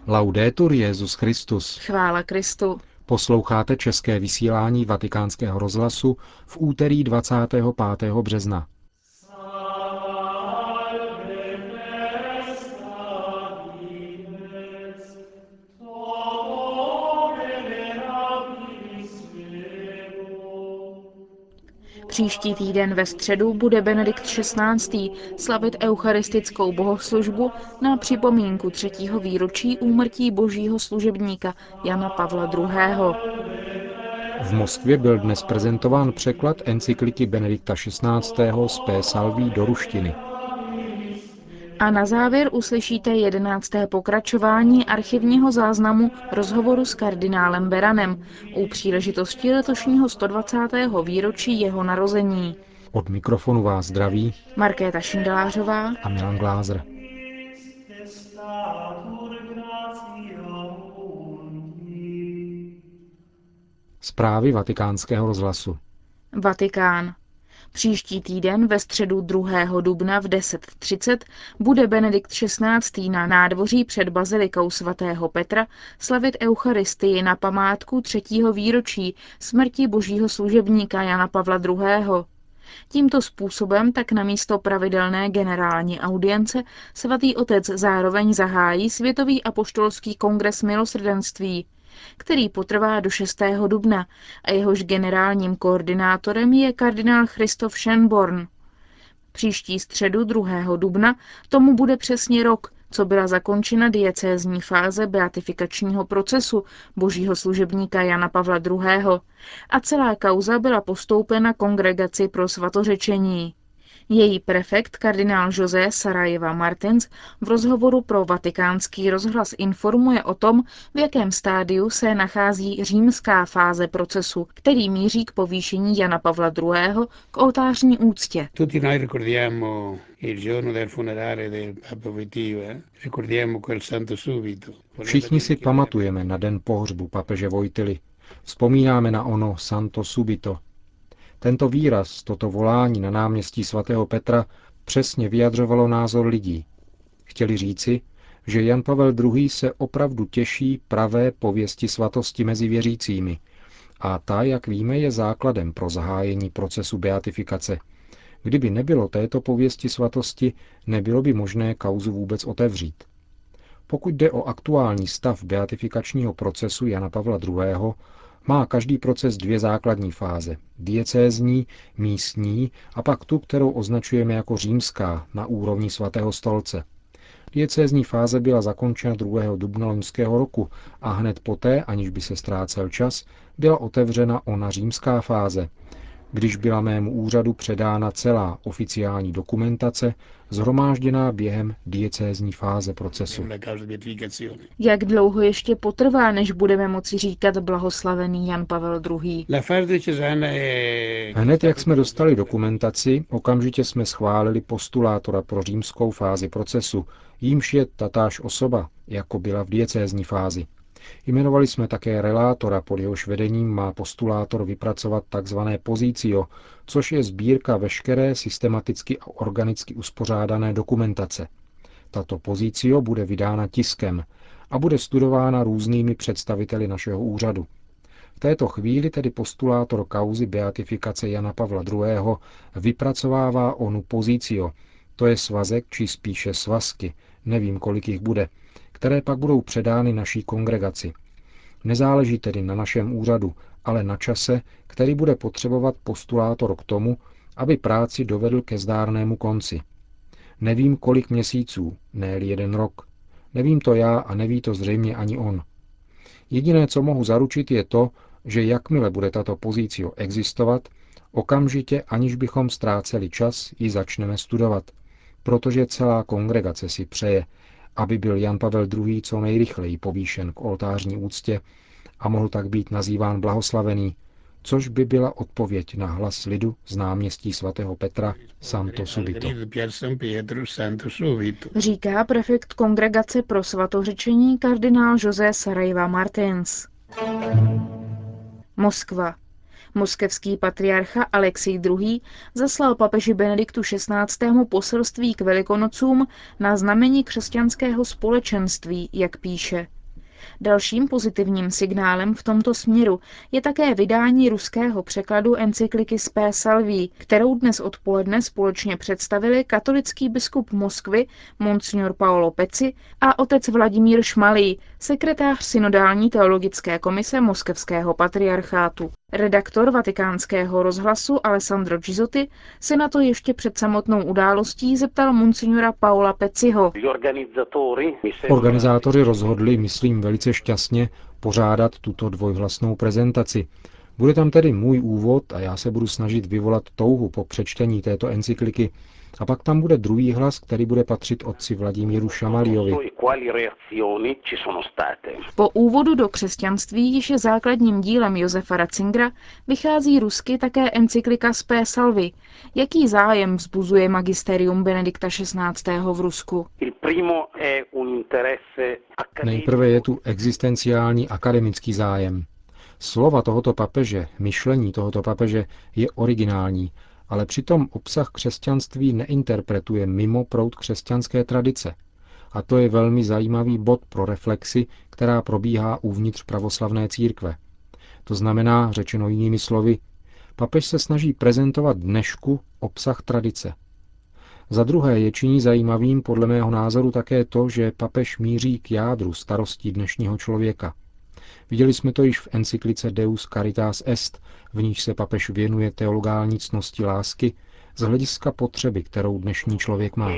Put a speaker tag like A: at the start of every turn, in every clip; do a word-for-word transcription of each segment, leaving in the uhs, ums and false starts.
A: Laudetur Jesus Christus.
B: Chvála Kristu.
A: Posloucháte české vysílání Vatikánského rozhlasu v úterý dvacátého pátého března.
B: Příští týden ve středu bude Benedikt šestnáctý slavit eucharistickou bohoslužbu na připomínku třetího výročí úmrtí božího služebníka Jana Pavla druhého.
A: V Moskvě byl dnes prezentován překlad encykliky Benedikta šestnáctého z P. Salví do ruštiny.
B: A na závěr uslyšíte jedenácté pokračování archivního záznamu rozhovoru s kardinálem Beranem u příležitosti letošního sto dvacátého výročí jeho narození.
A: Od mikrofonu vás zdraví
B: Markéta Šindelářová
A: a Milan Glázer. Zprávy Vatikánského rozhlasu.
B: Vatikán. Příští týden ve středu druhého dubna v deset třicet bude Benedikt šestnáctý na nádvoří před bazilikou svatého Petra slavit eucharistii na památku třetího výročí smrti božího služebníka Jana Pavla druhého. Tímto způsobem tak namísto pravidelné generální audience svatý otec zároveň zahájí Světový apoštolský kongres milosrdenství, který potrvá do šestého dubna a jehož generálním koordinátorem je kardinál Christoph Schönborn. Příští středu druhého dubna tomu bude přesně rok, co byla zakončena diecézní fáze beatifikačního procesu božího služebníka Jana Pavla druhého. a celá kauza byla postoupena Kongregaci pro svatořečení. Její prefekt kardinál José Sarajeva Martins v rozhovoru pro Vatikánský rozhlas informuje o tom, v jakém stádiu se nachází římská fáze procesu, který míří k povýšení Jana Pavla druhého. k oltářní úctě.
A: Všichni si pamatujeme na den pohřbu papeže Vojtily. Vzpomínáme na ono Santo Subito. Tento výraz, toto volání na náměstí svatého Petra přesně vyjadřovalo názor lidí. Chtěli říci, že Jan Pavel druhý. se opravdu těší pravé pověsti svatosti mezi věřícími a ta, jak víme, je základem pro zahájení procesu beatifikace. Kdyby nebylo této pověsti svatosti, nebylo by možné kauzu vůbec otevřít. Pokud jde o aktuální stav beatifikačního procesu Jana Pavla druhého., má každý proces dvě základní fáze, diecézní, místní a pak tu, kterou označujeme jako římská na úrovni svatého stolce. Diecézní fáze byla zakončena druhého dubna loňského roku a hned poté, aniž by se ztrácel čas, byla otevřena ona římská fáze, když byla mému úřadu předána celá oficiální dokumentace, shromážděná během diecézní fáze procesu.
B: Jak dlouho ještě potrvá, než budeme moci říkat blahoslavený Jan Pavel druhý.
A: Hned jak jsme dostali dokumentaci, okamžitě jsme schválili postulátora pro římskou fázi procesu, jímž je tatáž osoba, jako byla v diecézní fázi. Jmenovali jsme také relátora, pod jehož vedením má postulátor vypracovat tzv. Pozicio, což je sbírka veškeré systematicky a organicky uspořádané dokumentace. Tato Pozicio bude vydána tiskem a bude studována různými představiteli našeho úřadu. V této chvíli tedy postulátor kauzy beatifikace Jana Pavla druhého. vypracovává onu Pozicio, to je svazek, či spíše svazky, nevím, kolik jich bude, které pak budou předány naší kongregaci. Nezáleží tedy na našem úřadu, ale na čase, který bude potřebovat postulátor k tomu, aby práci dovedl ke zdárnému konci. Nevím, kolik měsíců, ne-li jeden rok. Nevím to já a neví to zřejmě ani on. Jediné, co mohu zaručit, je to, že jakmile bude tato Pozicio existovat, okamžitě, aniž bychom ztráceli čas, ji začneme studovat, protože celá kongregace si přeje, aby byl Jan Pavel druhý. co nejrychleji povýšen k oltářní úctě a mohl tak být nazýván blahoslavený, což by byla odpověď na hlas lidu z náměstí svatého Petra Santo Subito.
B: Říká prefekt Kongregace pro svatořečení kardinál José Sarajeva Martins. Moskva. Moskevský patriarcha Alexij druhý. zaslal papeži Benediktu šestnáctému. poselství k Velikonocům na znamení křesťanského společenství, jak píše. Dalším pozitivním signálem v tomto směru je také vydání ruského překladu encykliky Spe Salvii, kterou dnes odpoledne společně představili katolický biskup Moskvy Monsignor Paolo Pezzi a otec Vladimír Šmalij, sekretář synodální teologické komise moskevského patriarchátu. Redaktor Vatikánského rozhlasu Alessandro Gisotti se na to ještě před samotnou událostí zeptal monsignora Paola Pezziho.
A: Organizátoři rozhodli, myslím velice šťastně, pořádat tuto dvojhlasnou prezentaci. Bude tam tedy můj úvod a já se budu snažit vyvolat touhu po přečtení této encykliky. A pak tam bude druhý hlas, který bude patřit otci Vladimíru Šamalijovi.
B: Po úvodu do křesťanství, již je základním dílem Josefa Ratzingera, vychází rusky také encyklika Spe Salvii. Jaký zájem vzbuzuje magisterium Benedikta šestnáctého v Rusku?
A: Nejprve je tu existenciální akademický zájem. Slova tohoto papeže, myšlení tohoto papeže je originální, ale přitom obsah křesťanství neinterpretuje mimo proud křesťanské tradice. A to je velmi zajímavý bod pro reflexi, která probíhá uvnitř pravoslavné církve. To znamená, řečeno jinými slovy, papež se snaží prezentovat dnešku obsah tradice. Za druhé je činí zajímavým podle mého názoru také to, že papež míří k jádru starostí dnešního člověka. Viděli jsme to již v encyklice Deus Caritas Est, v níž se papež věnuje teologální ctnosti lásky z hlediska potřeby, kterou dnešní člověk má.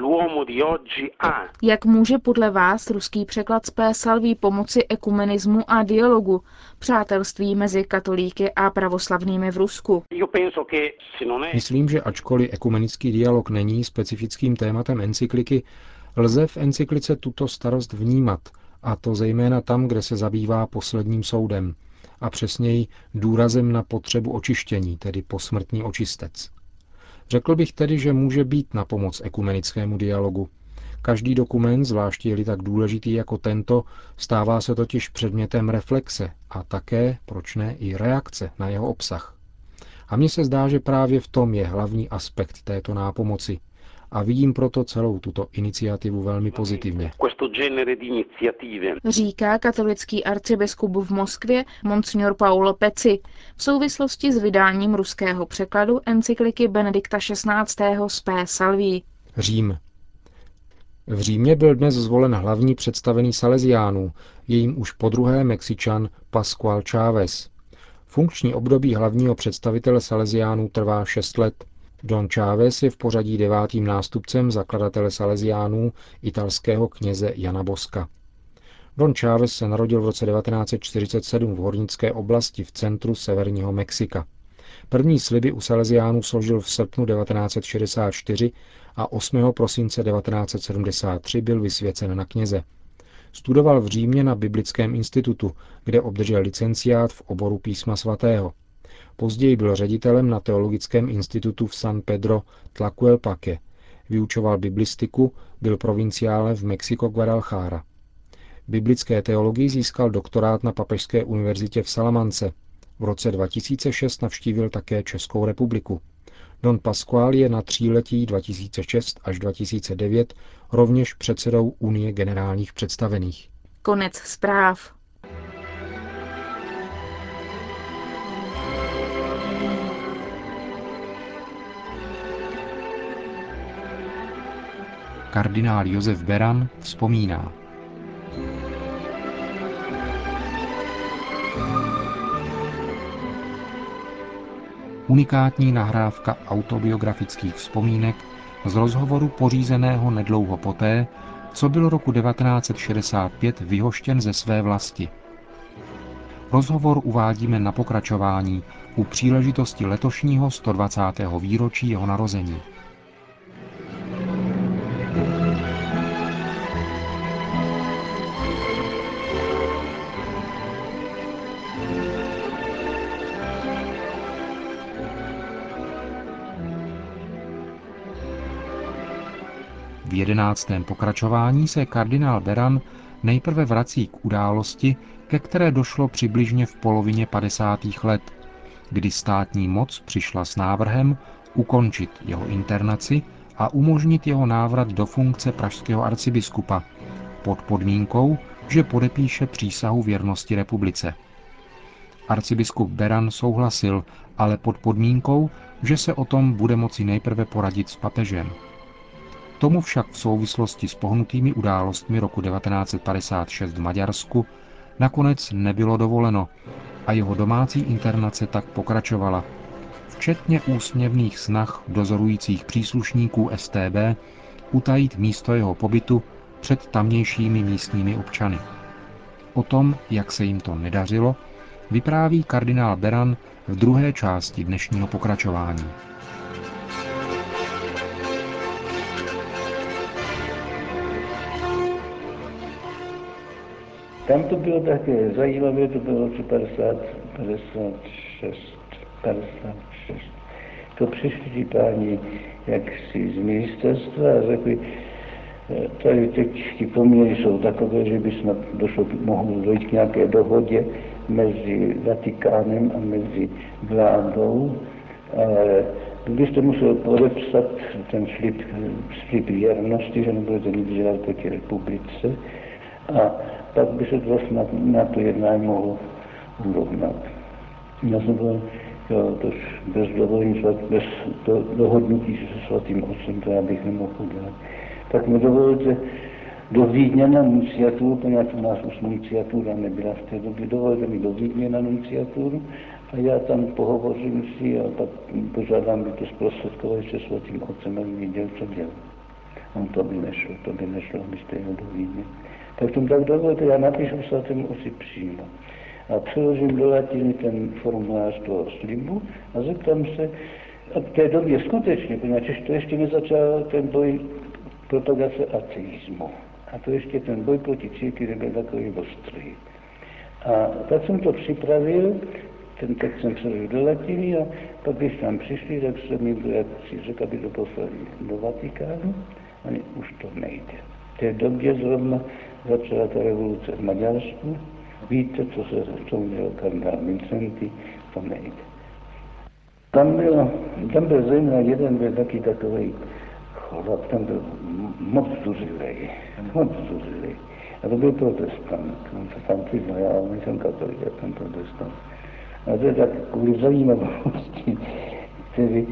B: Jak může podle vás ruský překlad Spe Salvii pomoci ekumenismu a dialogu, přátelství mezi katolíky a pravoslavnými v Rusku?
A: Myslím, že ačkoliv ekumenický dialog není specifickým tématem encykliky, lze v encyklice tuto starost vnímat, a to zejména tam, kde se zabývá posledním soudem, a přesněji důrazem na potřebu očištění, tedy posmrtný očistec. Řekl bych tedy, že může být na pomoc ekumenickému dialogu. Každý dokument, zvláště je-li tak důležitý jako tento, stává se totiž předmětem reflexe a také, proč ne, i reakce na jeho obsah. A mně se zdá, že právě v tom je hlavní aspekt této nápomoci. A vidím proto celou tuto iniciativu velmi pozitivně.
B: Říká katolický arcibiskup v Moskvě Monsignor Paolo Pezzi v souvislosti s vydáním ruského překladu encykliky Benedikta šestnáctého Spe Salvii.
A: Řím. V Římě byl dnes zvolen hlavní představený Salesiánů, jejím už podruhé Mexičan Pascual Chávez. Funkční období hlavního představitele Salesiánů trvá šest let. Don Chávez je v pořadí devátým nástupcem zakladatele Salesiánů, italského kněze Jana Boska. Don Chávez se narodil v roce devatenáct set čtyřicet sedm v hornické oblasti v centru severního Mexika. První sliby u Salesiánů složil v srpnu devatenáct set šedesát čtyři a osmého prosince devatenáct set sedmdesát tři byl vysvěcen na kněze. Studoval v Římě na Biblickém institutu, kde obdržel licenciát v oboru písma svatého. Později byl ředitelem na Teologickém institutu v San Pedro Tlaquepaque. Vyučoval biblistiku, byl provinciálem v Mexico Guadalajara. Biblické teologii získal doktorát na Papežské univerzitě v Salamance. V roce dva tisíce šest navštívil také Českou republiku. Don Pascual je na tříletí dva tisíce šest až dva tisíce devět rovněž předsedou Unie generálních představených.
B: Konec zpráv.
A: Kardinál Josef Beran vzpomíná. Unikátní nahrávka autobiografických vzpomínek z rozhovoru pořízeného nedlouho poté, co byl roku devatenáct set šedesát pět vyhoštěn ze své vlasti. Rozhovor uvádíme na pokračování u příležitosti letošního sto dvacátého výročí jeho narození. V jedenáctém pokračování se kardinál Beran nejprve vrací k události, ke které došlo přibližně v polovině padesátých let, kdy státní moc přišla s návrhem ukončit jeho internaci a umožnit jeho návrat do funkce pražského arcibiskupa pod podmínkou, že podepíše přísahu věrnosti republice. Arcibiskup Beran souhlasil, ale pod podmínkou, že se o tom bude moci nejprve poradit s papežem. Tomu však v souvislosti s pohnutými událostmi roku devatenáct set padesát šest v Maďarsku nakonec nebylo dovoleno a jeho domácí internace tak pokračovala, včetně úsměvných snah dozorujících příslušníků S T B utajit místo jeho pobytu před tamnějšími místními občany. O tom, jak se jim to nedařilo, vypráví kardinál Beran v druhé části dnešního pokračování.
C: Tam to bylo také zajímavé, to bylo v roce padesát, padesát šest, padesát šest. To přišli ti páni jaksi z ministerstva a řekli, tady teď ti poměry jsou takové, že by snad došlo, mohlo dojít k nějaké dohodě mezi Vatikánem a mezi vládou, ale byste musel podepsat ten slib, slib věrnosti, že nebudete nic dělat proti republice, a pak by se to snad na to jednání mohlo urovnat. Já jsem byl, jo, tož bez dovolení, bez do, dohodnutí se svatým otcem, to já bych nemohl udělat. Tak mi dovolte do Vídně na nunciaturu, poněvadž u nás už nunciatura nebyla v té době, dovolte mi do Vídně na nunciaturu a já tam pohovořím si a pak požádám, by to zprostředkovali se svatým otcem, aby viděl, co dělá. On to by nešlo, to by nešlo, abyste jel do Vídně. Tak tomu tak dovolte, já napíšu svatému otci přímo. A přeložím do latiny ten formulář toho slibu a zeptám se, a v té době skutečně, poněvadž to ještě nezačal ten boj propagace ateismu. A to ještě ten boj proti církvi nebyl takový ostrý. A tak jsem to připravil, ten text jsem přeložil do latiny a pak, když tam přišli, tak jsem jim jak si řekl, aby to poslali do Vatikánu, a ne, už to nejde. V té době zrovna začala ta revoluce v Maďarsku. Víte, co se tomu dělal kardinál Vincenty, to nejde. Tam byl, tam byl zejména jeden, byl taky takový chlap, tam byl moc zuřilej, moc zuřilej. A to byl protestant, on se tam přiznal, já nejsem katolik, já jsem protestant. A to je tak kvůli zajímavosti, který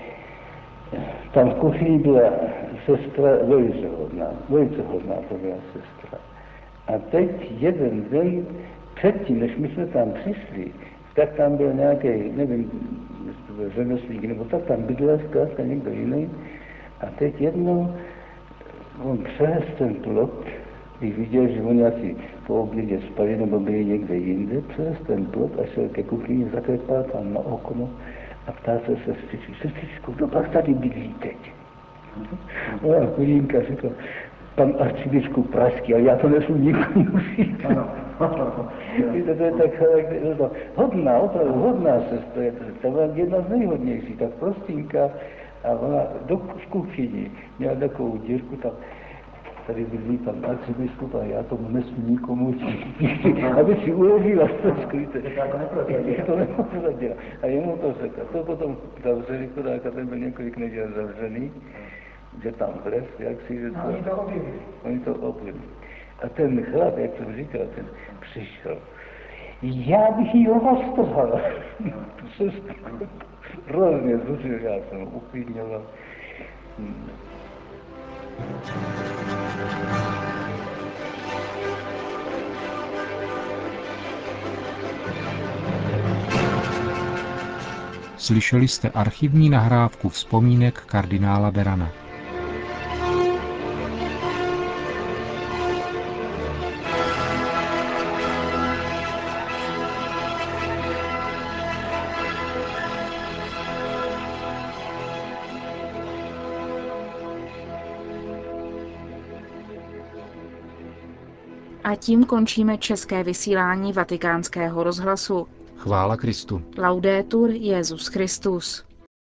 C: tam v kuchyni byla sestra velice hodná, velice hodná to byla sestra. A teď jeden den, předtím, než my jsme tam přišli, tak tam byl nějaký, nevím, jestli to byl řemeslík, nebo tak tam bydlel zkrátka někdo jiný. A teď jednou on přehez ten plot, když viděl, že oni asi po obědě spali nebo byli někde jinde, přehez ten plot a šel ke kuchyni, zaklepal tam na okno a ptá se sestřičky, sestřičku, kdo pak tady bydlí teď? Ona chudinka řekla, pan arcibiskup pražský, ale já to nesu nikomu říct. Víte, to je tak hodná, opravdu hodná sestra, to byla jedna z nejhodnějších, tak prostinka, a ona do v kuchyni měla takovou dírku, tam tady bydlí pan arcibiskup a já tomu nesmí nikomu říct, aby si uložila trošku, víte. To neprozadila. A jemu to řekla. To potom zavřeli, chudáka, ten byl několik neděl zavřený, že tam vles, jak si, že to... Oni to objevili. Oni to objevili. A ten chlap, jak jsem říkal, ten přišel. Já bych jí roztrhal. Tu sestru. Hrozně zuřil, já jsem uklidňoval. Hmm.
A: Slyšeli jste archivní nahrávku vzpomínek kardinála Berana.
B: A tím končíme české vysílání Vatikánského rozhlasu.
A: Chvála Kristu.
B: Laudetur Jesus Christus.